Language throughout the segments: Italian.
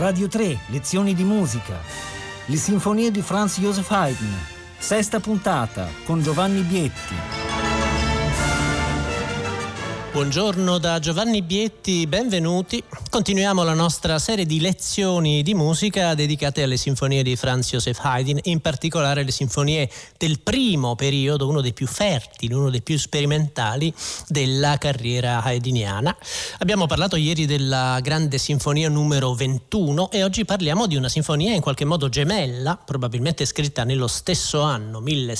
Radio 3, lezioni di musica. Le sinfonie di Franz Joseph Haydn. Sesta puntata con Giovanni Bietti. Buongiorno da Giovanni Bietti, benvenuti. Continuiamo la nostra serie di lezioni di musica dedicate alle sinfonie di Franz Joseph Haydn, in particolare le sinfonie del primo periodo, uno dei più fertili, uno dei più sperimentali della carriera haydniana. Abbiamo parlato ieri della grande sinfonia numero 21 e oggi parliamo di una sinfonia in qualche modo gemella, probabilmente scritta nello stesso anno,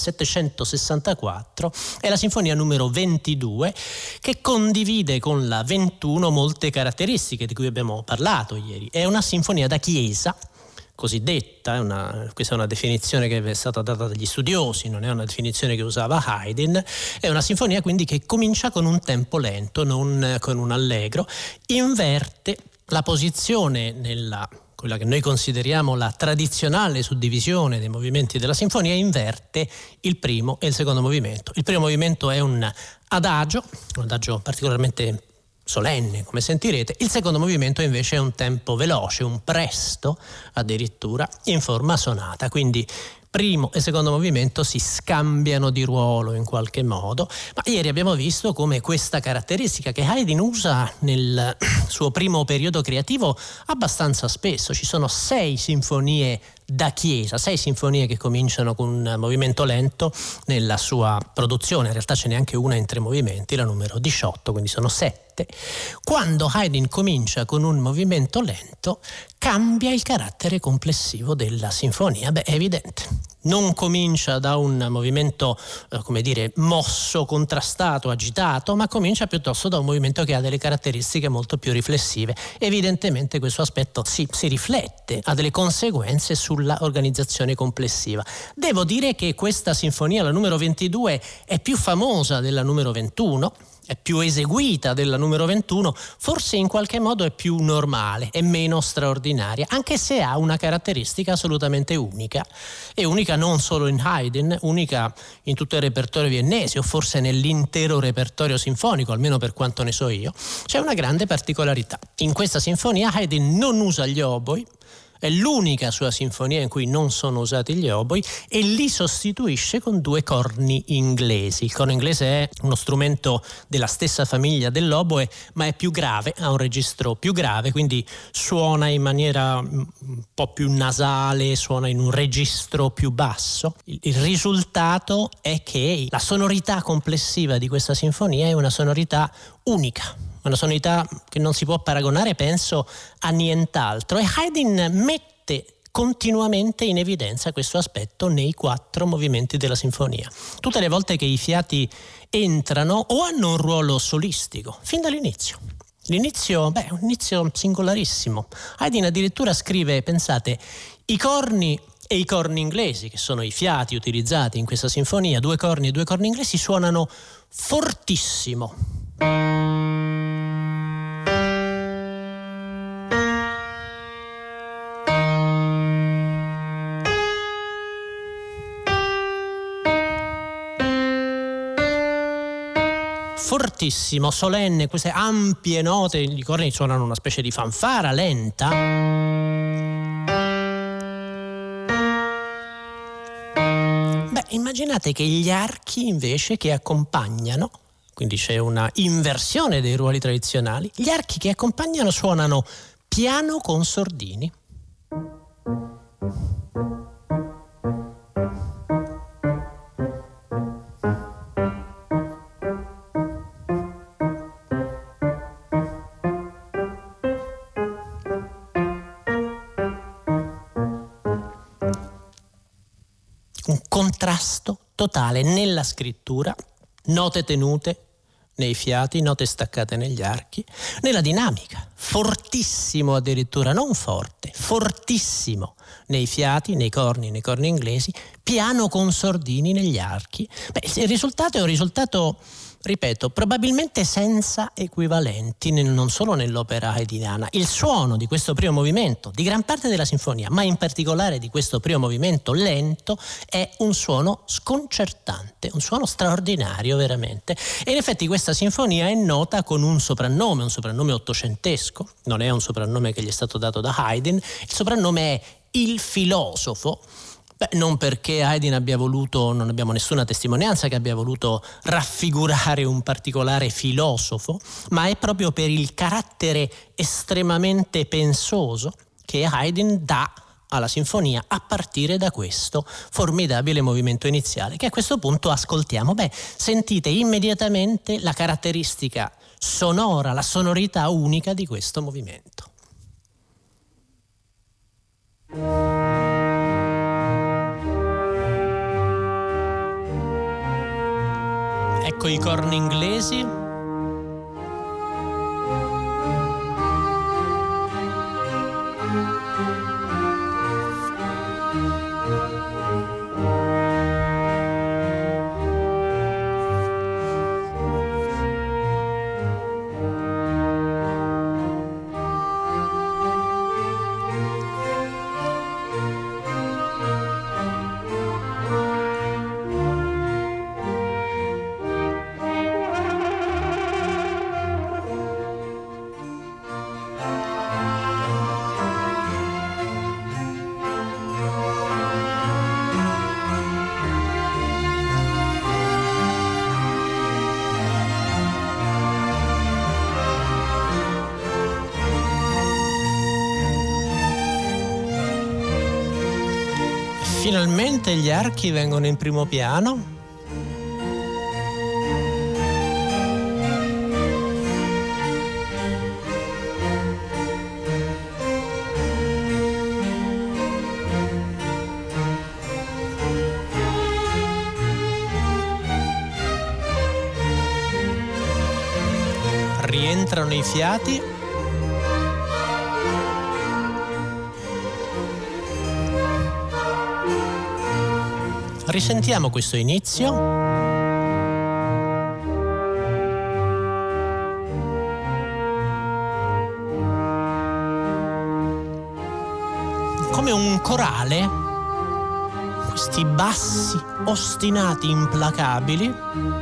1764, è la sinfonia numero 22, che condivide con la 21 molte caratteristiche di cui abbiamo parlato ieri. È una sinfonia da chiesa, cosiddetta, questa è una definizione che è stata data dagli studiosi, non è una definizione che usava Haydn. È una sinfonia quindi che comincia con un tempo lento, non con un allegro, inverte la posizione nella quella che noi consideriamo la tradizionale suddivisione dei movimenti della sinfonia, inverte il primo e il secondo movimento. Il primo movimento è un adagio particolarmente solenne, come sentirete. Il secondo movimento invece è un tempo veloce, un presto addirittura, in forma sonata. Quindi primo e secondo movimento si scambiano di ruolo in qualche modo, ma ieri abbiamo visto come questa caratteristica che Haydn usa nel suo primo periodo creativo abbastanza spesso. Ci sono 6 sinfonie da chiesa, 6 sinfonie che cominciano con un movimento lento nella sua produzione. In realtà ce n'è anche una in 3 movimenti, la numero 18, quindi sono 7. Quando Haydn comincia con un movimento lento, cambia il carattere complessivo della sinfonia. È evidente. Non comincia da un movimento, mosso, contrastato, agitato, ma comincia piuttosto da un movimento che ha delle caratteristiche molto più riflessive. Evidentemente questo aspetto si riflette, ha delle conseguenze sulla organizzazione complessiva. Devo dire che questa sinfonia, la numero 22, è più famosa della numero 21, è più eseguita della numero 21, forse in qualche modo è più normale, è meno straordinaria, anche se ha una caratteristica assolutamente unica, e unica non solo in Haydn, unica in tutto il repertorio viennese o forse nell'intero repertorio sinfonico, almeno per quanto ne so io. C'è una grande particolarità. In questa sinfonia Haydn non usa gli oboi, è l'unica sua sinfonia in cui non sono usati gli oboi, e li sostituisce con 2 corni inglesi. Il corno inglese è uno strumento della stessa famiglia dell'oboe, ma è più grave, ha un registro più grave, quindi suona in maniera un po' più nasale, suona in un registro più basso. Il risultato è che la sonorità complessiva di questa sinfonia è una sonorità unica, una sonorità che non si può paragonare, penso, a nient'altro, e Haydn mette continuamente in evidenza questo aspetto nei 4 movimenti della sinfonia. Tutte le volte che i fiati entrano o hanno un ruolo solistico, fin dall'inizio. L'inizio, un inizio singolarissimo. Haydn addirittura scrive, pensate, i corni e i corni inglesi, che sono i fiati utilizzati in questa sinfonia, 2 corni e 2 corni inglesi, suonano fortissimo. Fortissimo, solenne, queste ampie note, i corni suonano una specie di fanfara lenta. Immaginate che gli archi invece che accompagnano, quindi c'è una inversione dei ruoli tradizionali, gli archi che accompagnano suonano piano con sordini. Un contrasto totale nella scrittura, note tenute nei fiati, note staccate negli archi, nella dinamica, fortissimo addirittura, non forte, fortissimo nei fiati, nei corni inglesi, piano con sordini negli archi. Il risultato è un risultato ripeto, probabilmente senza equivalenti non solo nell'opera haydniana. Il suono di questo primo movimento, di gran parte della sinfonia, ma in particolare di questo primo movimento lento, è un suono sconcertante, un suono straordinario veramente. E in effetti questa sinfonia è nota con un soprannome ottocentesco, non è un soprannome che gli è stato dato da Haydn, il soprannome è il filosofo. Non perché Haydn abbia voluto, non abbiamo nessuna testimonianza che abbia voluto raffigurare un particolare filosofo, ma è proprio per il carattere estremamente pensoso che Haydn dà alla sinfonia a partire da questo formidabile movimento iniziale, che a questo punto ascoltiamo. Sentite immediatamente la caratteristica sonora, la sonorità unica di questo movimento. Ecco i corni inglesi. Finalmente gli archi vengono in primo piano. Rientrano i fiati. Risentiamo questo inizio. Come un corale, questi bassi ostinati, implacabili.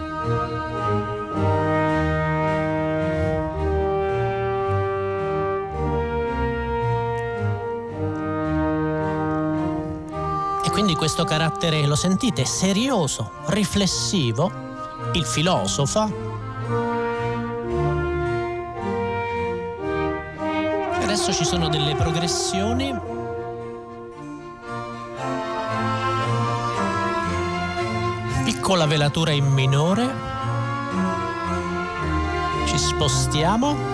Quindi questo carattere, lo sentite, serioso, riflessivo, il filosofo. Adesso ci sono delle progressioni. Piccola velatura in minore. Ci spostiamo.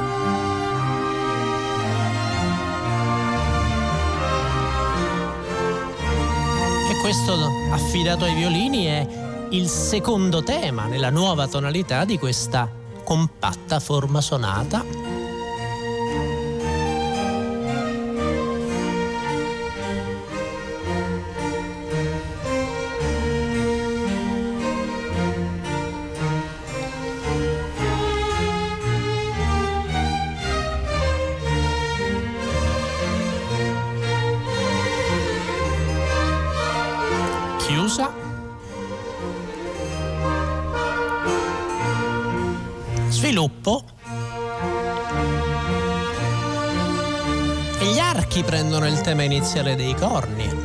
Questo affidato ai violini è il secondo tema nella nuova tonalità di questa compatta forma sonata. Chiusa. Sviluppo. E gli archi prendono il tema iniziale dei corni.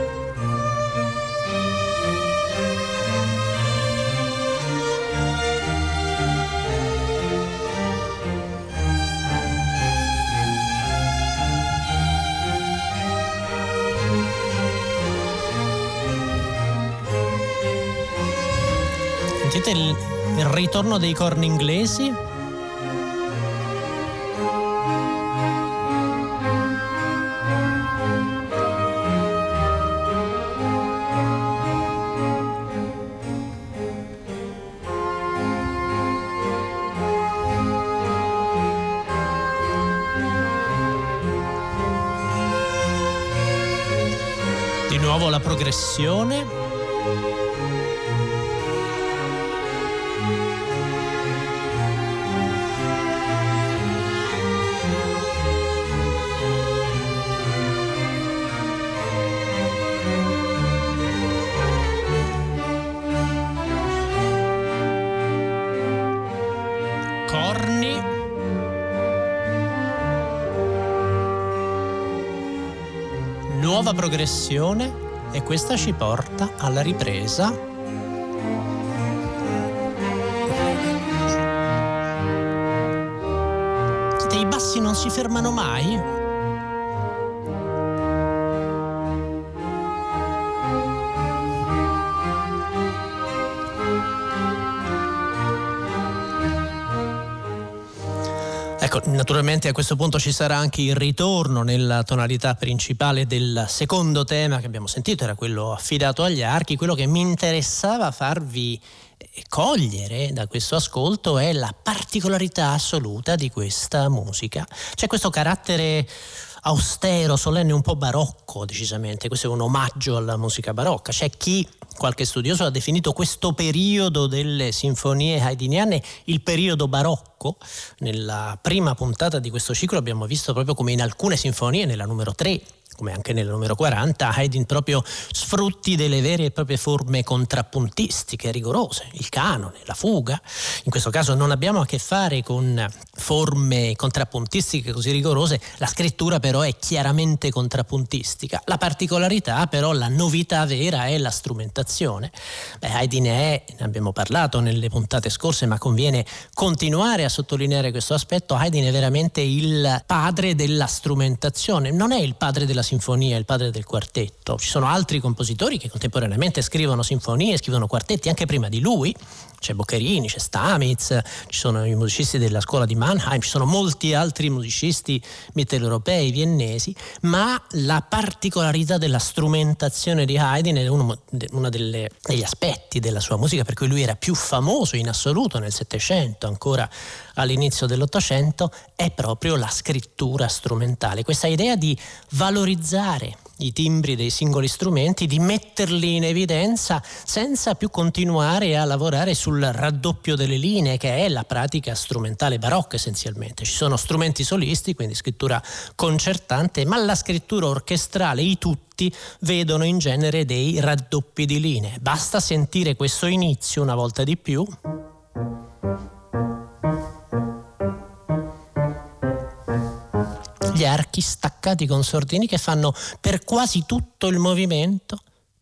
Sentite il ritorno dei corni inglesi. Di nuovo la progressione. nuova progressione e questa ci porta alla ripresa. I bassi non si fermano mai. Ecco, naturalmente a questo punto ci sarà anche il ritorno nella tonalità principale del secondo tema che abbiamo sentito, era quello affidato agli archi. Quello che mi interessava farvi cogliere da questo ascolto è la particolarità assoluta di questa musica. C'è questo carattere austero, solenne, un po' barocco decisamente. Questo è un omaggio alla musica barocca. C'è chi, qualche studioso, ha definito questo periodo delle sinfonie haydniane il periodo barocco. Nella prima puntata di questo ciclo abbiamo visto proprio come in alcune sinfonie, nella numero 3 come anche nella numero 40, Haydn proprio sfrutti delle vere e proprie forme contrappuntistiche rigorose, il canone, la fuga. In questo caso non abbiamo a che fare con forme contrappuntistiche così rigorose, la scrittura però è chiaramente contrappuntistica. La particolarità però, la novità vera è la strumentazione. Haydn ne abbiamo parlato nelle puntate scorse, ma conviene continuare a sottolineare questo aspetto. Haydn è veramente il padre della strumentazione, non è il padre della sinfonia, è il padre del quartetto. Ci sono altri compositori che contemporaneamente scrivono sinfonie, scrivono quartetti anche prima di lui. C'è Boccherini, c'è Stamitz, ci sono i musicisti della scuola di Mannheim, ci sono molti altri musicisti mitteleuropei, viennesi, ma la particolarità della strumentazione di Haydn è uno degli aspetti della sua musica per cui lui era più famoso in assoluto nel Settecento, ancora all'inizio dell'Ottocento, è proprio la scrittura strumentale, questa idea di valorizzare i timbri dei singoli strumenti, di metterli in evidenza senza più continuare a lavorare sul raddoppio delle linee, che è la pratica strumentale barocca essenzialmente. Ci sono strumenti solisti, quindi scrittura concertante, ma la scrittura orchestrale, i tutti vedono in genere dei raddoppi di linee. Basta sentire questo inizio una volta di più. Gli archi staccati con sordini che fanno per quasi tutto il movimento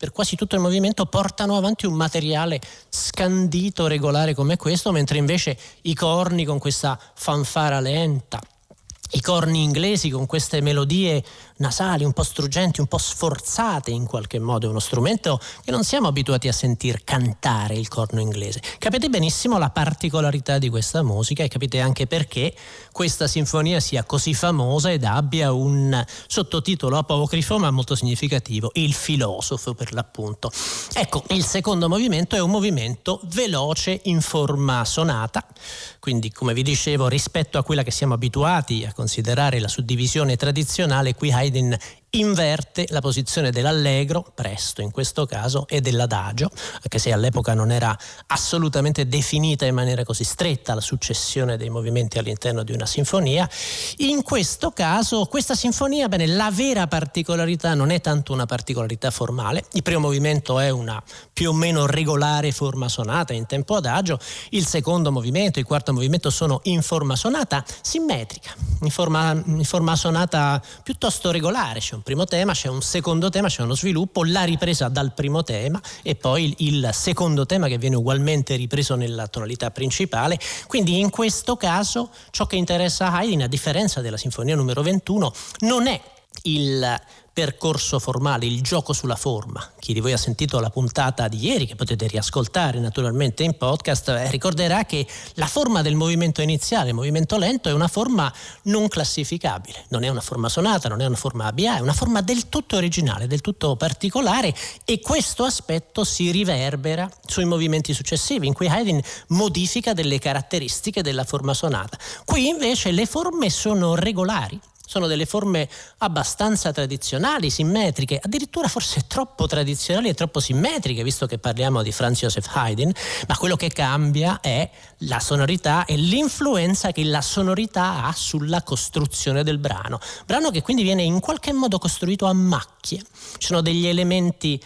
portano avanti un materiale scandito, regolare come questo, mentre invece i corni con questa fanfara lenta, i corni inglesi con queste melodie nasali un po' struggenti, un po' sforzate in qualche modo, è uno strumento che non siamo abituati a sentir cantare, il corno inglese. Capite benissimo la particolarità di questa musica e capite anche perché questa sinfonia sia così famosa ed abbia un sottotitolo apocrifo ma molto significativo, il filosofo per l'appunto. Ecco, il secondo movimento è un movimento veloce in forma sonata, quindi come vi dicevo rispetto a quella che siamo abituati a considerare la suddivisione tradizionale, qui Haydn inverte la posizione dell'allegro, presto in questo caso, e dell'adagio, anche se all'epoca non era assolutamente definita in maniera così stretta la successione dei movimenti all'interno di una sinfonia. In questo caso, questa sinfonia, la vera particolarità non è tanto una particolarità formale. Il primo movimento è una più o meno regolare forma sonata in tempo adagio, il secondo movimento, il quarto movimento sono in forma sonata simmetrica, in forma sonata piuttosto regolare. C'è un primo tema, c'è un secondo tema, c'è uno sviluppo, la ripresa dal primo tema e poi il secondo tema che viene ugualmente ripreso nella tonalità principale. Quindi in questo caso ciò che interessa a Haydn, a differenza della sinfonia numero 21, non è il percorso formale, il gioco sulla forma. Chi di voi ha sentito la puntata di ieri, che potete riascoltare naturalmente in podcast, ricorderà che la forma del movimento iniziale, il movimento lento, è una forma non classificabile, non è una forma sonata, non è una forma ABA, è una forma del tutto originale, del tutto particolare, e questo aspetto si riverbera sui movimenti successivi in cui Haydn modifica delle caratteristiche della forma sonata. Qui invece le forme sono regolari, sono delle forme abbastanza tradizionali, simmetriche, addirittura forse troppo tradizionali e troppo simmetriche, visto che parliamo di Franz Joseph Haydn, ma quello che cambia è la sonorità e l'influenza che la sonorità ha sulla costruzione del brano che quindi viene in qualche modo costruito a macchie. Ci sono degli elementi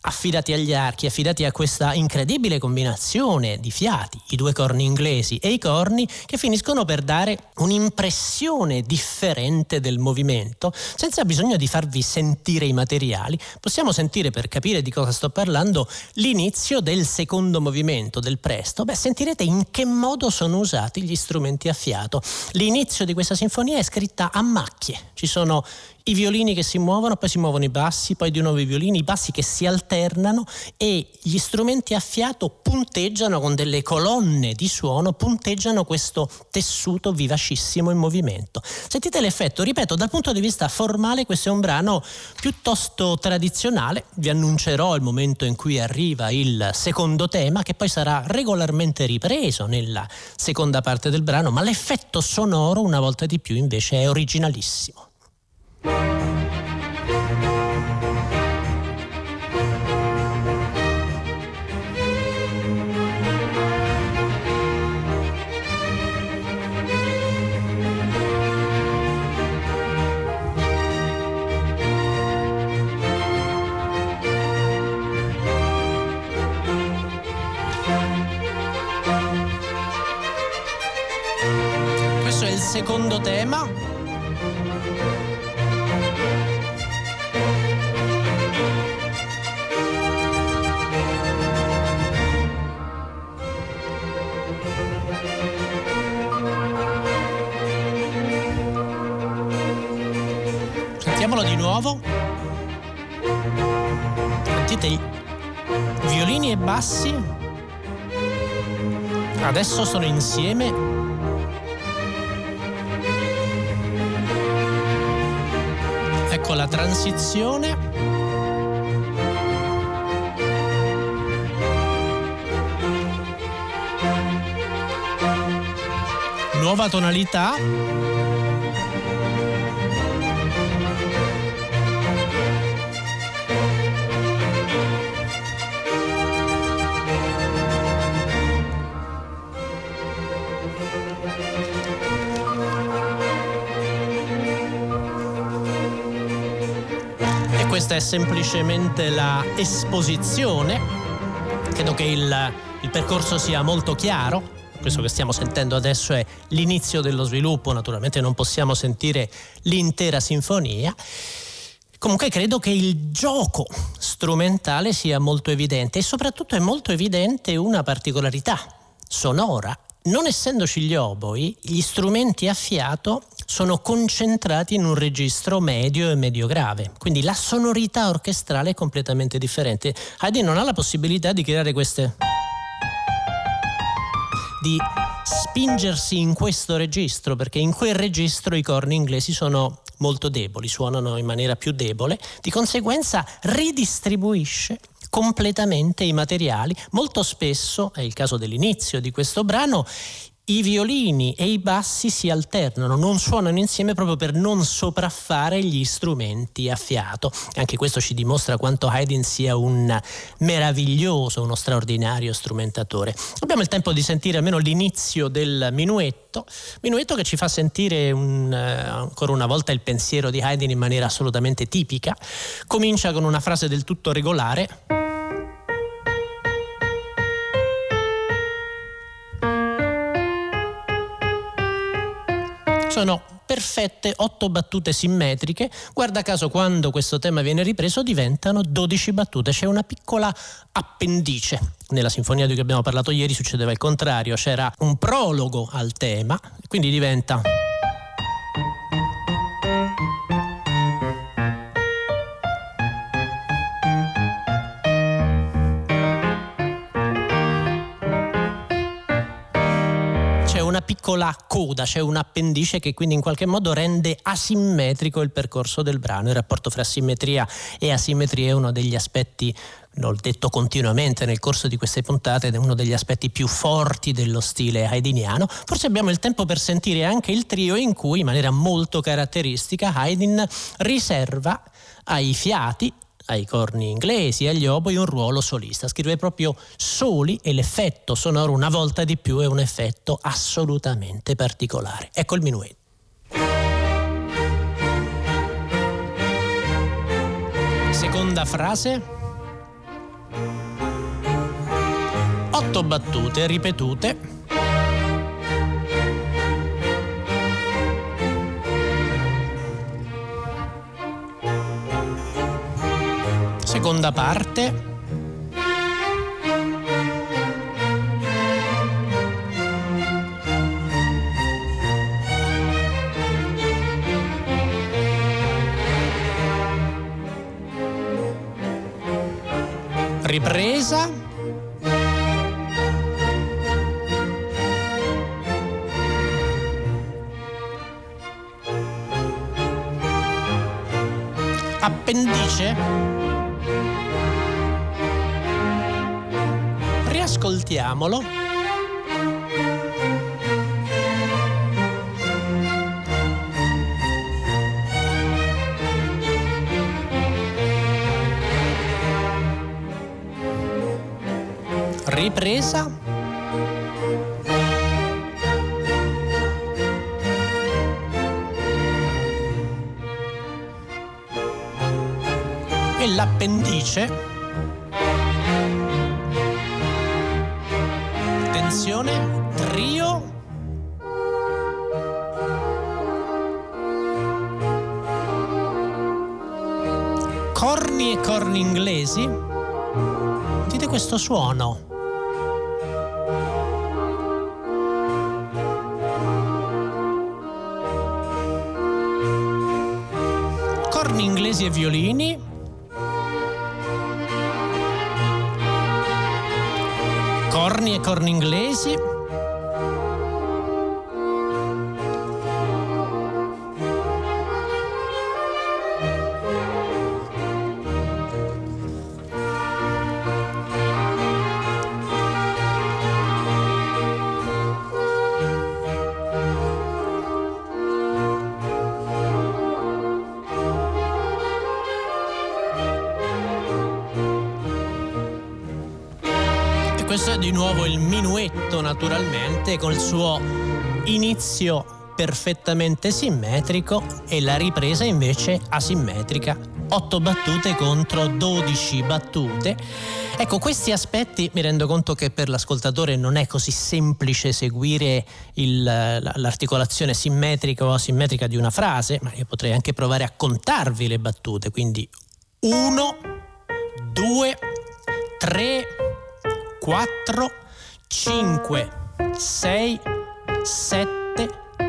affidati agli archi, affidati a questa incredibile combinazione di fiati, i due corni inglesi e i corni, che finiscono per dare un'impressione differente del movimento. Senza bisogno di farvi sentire i materiali, possiamo sentire, per capire di cosa sto parlando, l'inizio del secondo movimento, del presto. Sentirete in che modo sono usati gli strumenti a fiato. L'inizio di questa sinfonia è scritta a macchie. Ci sono i violini che si muovono, poi si muovono i bassi, poi di nuovo i violini, i bassi che si alternano, e gli strumenti a fiato punteggiano con delle colonne di suono, punteggiano questo tessuto vivacissimo in movimento. Sentite l'effetto, ripeto, dal punto di vista formale questo è un brano piuttosto tradizionale. Vi annuncerò il momento in cui arriva il secondo tema, che poi sarà regolarmente ripreso nella seconda parte del brano, ma l'effetto sonoro una volta di più invece è originalissimo. Questo è il secondo tema. Sentiamolo di nuovo. Sentite i violini e bassi. Adesso sono insieme. Ecco la transizione. Nuova tonalità. Questa è semplicemente la esposizione. Credo che il percorso sia molto chiaro. Questo che stiamo sentendo adesso è l'inizio dello sviluppo. Naturalmente non possiamo sentire l'intera sinfonia. Comunque credo che il gioco strumentale sia molto evidente, e soprattutto è molto evidente una particolarità sonora. Non essendoci gli oboi, gli strumenti a fiato sono concentrati in un registro medio e medio grave, quindi la sonorità orchestrale è completamente differente. Haydn non ha la possibilità di creare di spingersi in questo registro, perché in quel registro i corni inglesi sono molto deboli, suonano in maniera più debole, di conseguenza ridistribuisce completamente i materiali. Molto spesso, è il caso dell'inizio di questo brano, i violini e i bassi si alternano, non suonano insieme proprio per non sopraffare gli strumenti a fiato. Anche questo ci dimostra quanto Haydn sia un meraviglioso, uno straordinario strumentatore. Abbiamo il tempo di sentire almeno l'inizio del minuetto che ci fa sentire ancora una volta il pensiero di Haydn in maniera assolutamente tipica. Comincia con una frase del tutto regolare. Sono perfette 8 battute simmetriche. Guarda caso, quando questo tema viene ripreso diventano 12 battute. C'è una piccola appendice. Nella sinfonia di cui abbiamo parlato ieri succedeva il contrario, c'era un prologo al tema, quindi diventa... una piccola coda, c'è un appendice che quindi in qualche modo rende asimmetrico il percorso del brano. Il rapporto fra simmetria e asimmetria è uno degli aspetti, l'ho detto continuamente nel corso di queste puntate, ed è uno degli aspetti più forti dello stile haydniano. Forse abbiamo il tempo per sentire anche il trio in cui, in maniera molto caratteristica, Haydn riserva ai fiati, ai corni inglesi e agli oboi un ruolo solista. Scrive proprio soli, e l'effetto sonoro una volta di più è un effetto assolutamente particolare. Ecco il minuetto. Seconda frase. 8 battute ripetute. Seconda parte. Ripresa. Appendice. Riascoltiamolo. Ripresa. E l'appendice. Attenzione, trio. Corni e corni inglesi. Sentite questo suono. Corni inglesi e violini. Corni e corni inglesi. Questo è di nuovo il minuetto, naturalmente, col suo inizio perfettamente simmetrico e la ripresa invece asimmetrica. 8 battute contro 12 battute. Ecco, questi aspetti mi rendo conto che per l'ascoltatore non è così semplice seguire l'articolazione simmetrica o asimmetrica di una frase, ma io potrei anche provare a contarvi le battute. Quindi 1, 2, 3, 4, 5, 6, 7,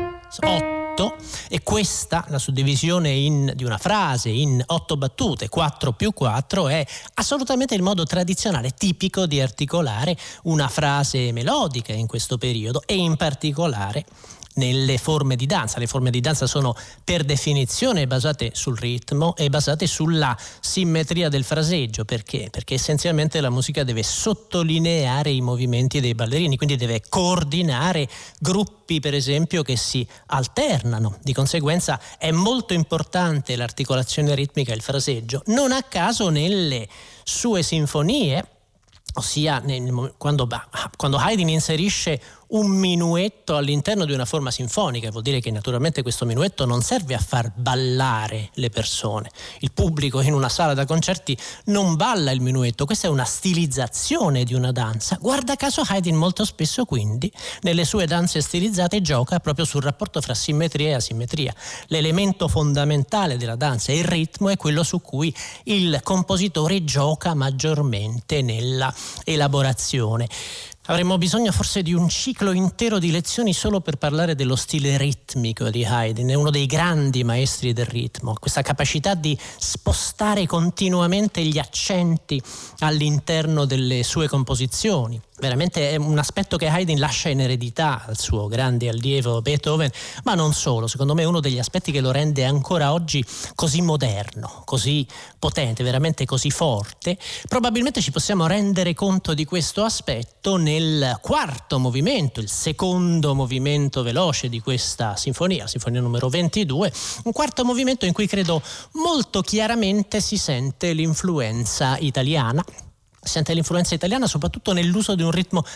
8, e questa, la suddivisione di una frase in 8 battute, 4 più 4, è assolutamente il modo tradizionale, tipico di articolare una frase melodica in questo periodo, e in particolare nelle forme di danza. Le forme di danza sono per definizione basate sul ritmo e basate sulla simmetria del fraseggio. Perché? Perché essenzialmente la musica deve sottolineare i movimenti dei ballerini, quindi deve coordinare gruppi, per esempio, che si alternano. Di conseguenza è molto importante l'articolazione ritmica e il fraseggio. Non a caso nelle sue sinfonie, ossia quando Haydn inserisce un minuetto all'interno di una forma sinfonica, vuol dire che naturalmente questo minuetto non serve a far ballare le persone. Il pubblico in una sala da concerti non balla il minuetto, questa è una stilizzazione di una danza. Guarda caso Haydn molto spesso quindi nelle sue danze stilizzate gioca proprio sul rapporto fra simmetria e asimmetria. L'elemento fondamentale della danza, il ritmo, è quello su cui il compositore gioca maggiormente nella elaborazione. Avremmo bisogno forse di un ciclo intero di lezioni solo per parlare dello stile ritmico di Haydn. È uno dei grandi maestri del ritmo, questa capacità di spostare continuamente gli accenti all'interno delle sue composizioni. Veramente è un aspetto che Haydn lascia in eredità al suo grande allievo Beethoven, ma non solo. Secondo me è uno degli aspetti che lo rende ancora oggi così moderno, così potente, veramente così forte. Probabilmente ci possiamo rendere conto di questo aspetto nel quarto movimento, il secondo movimento veloce di questa sinfonia numero 22, un quarto movimento in cui credo molto chiaramente si sente l'influenza italiana. Sente l'influenza italiana soprattutto nell'uso di un ritmo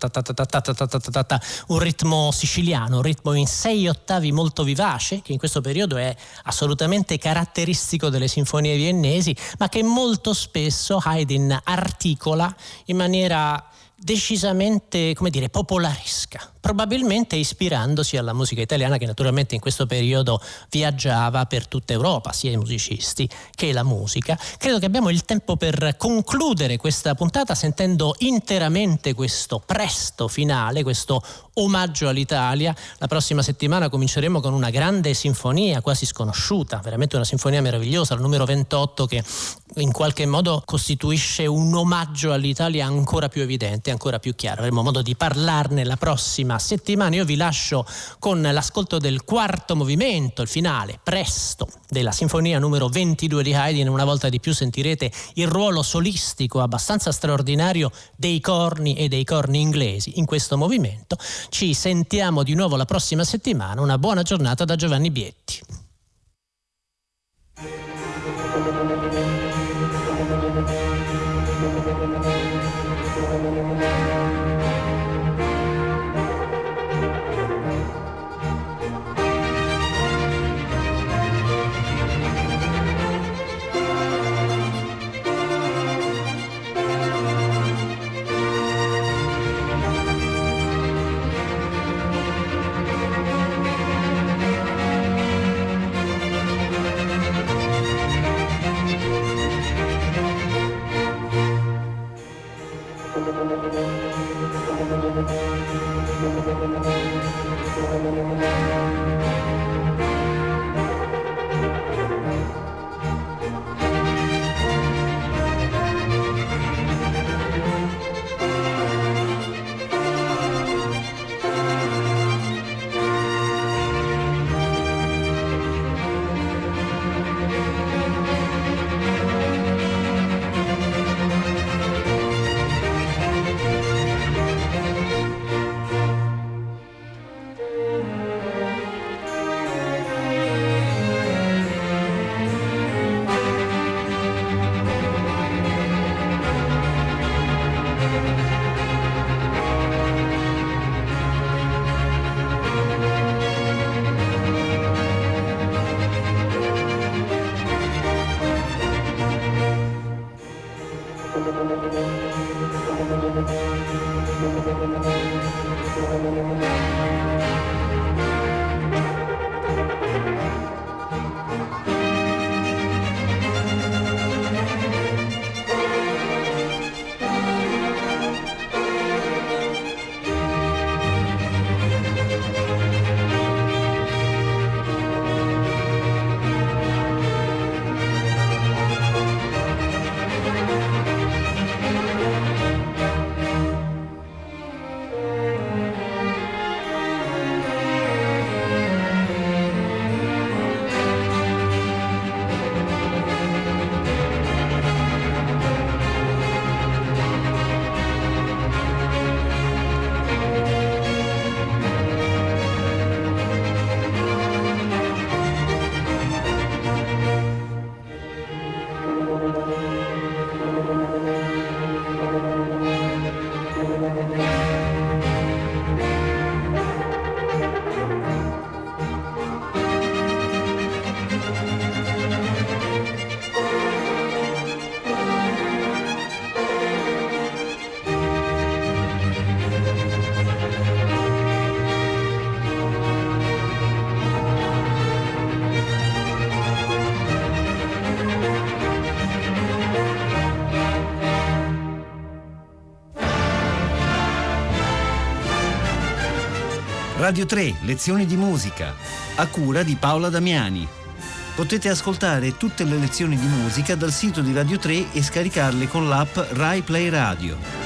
un ritmo siciliano, un ritmo in 6 ottavi molto vivace, che in questo periodo è assolutamente caratteristico delle sinfonie viennesi, ma che molto spesso Haydn articola in maniera decisamente, come dire, popolaresca, probabilmente ispirandosi alla musica italiana, che naturalmente in questo periodo viaggiava per tutta Europa, sia i musicisti che la musica. Credo che abbiamo il tempo per concludere questa puntata sentendo interamente questo presto finale, questo omaggio all'Italia. La prossima settimana cominceremo con una grande sinfonia quasi sconosciuta, veramente una sinfonia meravigliosa, il numero 28, che in qualche modo costituisce un omaggio all'Italia ancora più evidente, ancora più chiaro. Avremo modo di parlarne la prossima settimana. Io vi lascio con l'ascolto del quarto movimento, il finale, presto, della sinfonia numero 22 di Haydn. Una volta di più sentirete il ruolo solistico abbastanza straordinario dei corni e dei corni inglesi in questo movimento. Ci sentiamo di nuovo la prossima settimana. Una buona giornata da Giovanni Bietti. Radio 3, lezioni di musica, a cura di Paola Damiani. Potete ascoltare tutte le lezioni di musica dal sito di Radio 3 e scaricarle con l'app Rai Play Radio.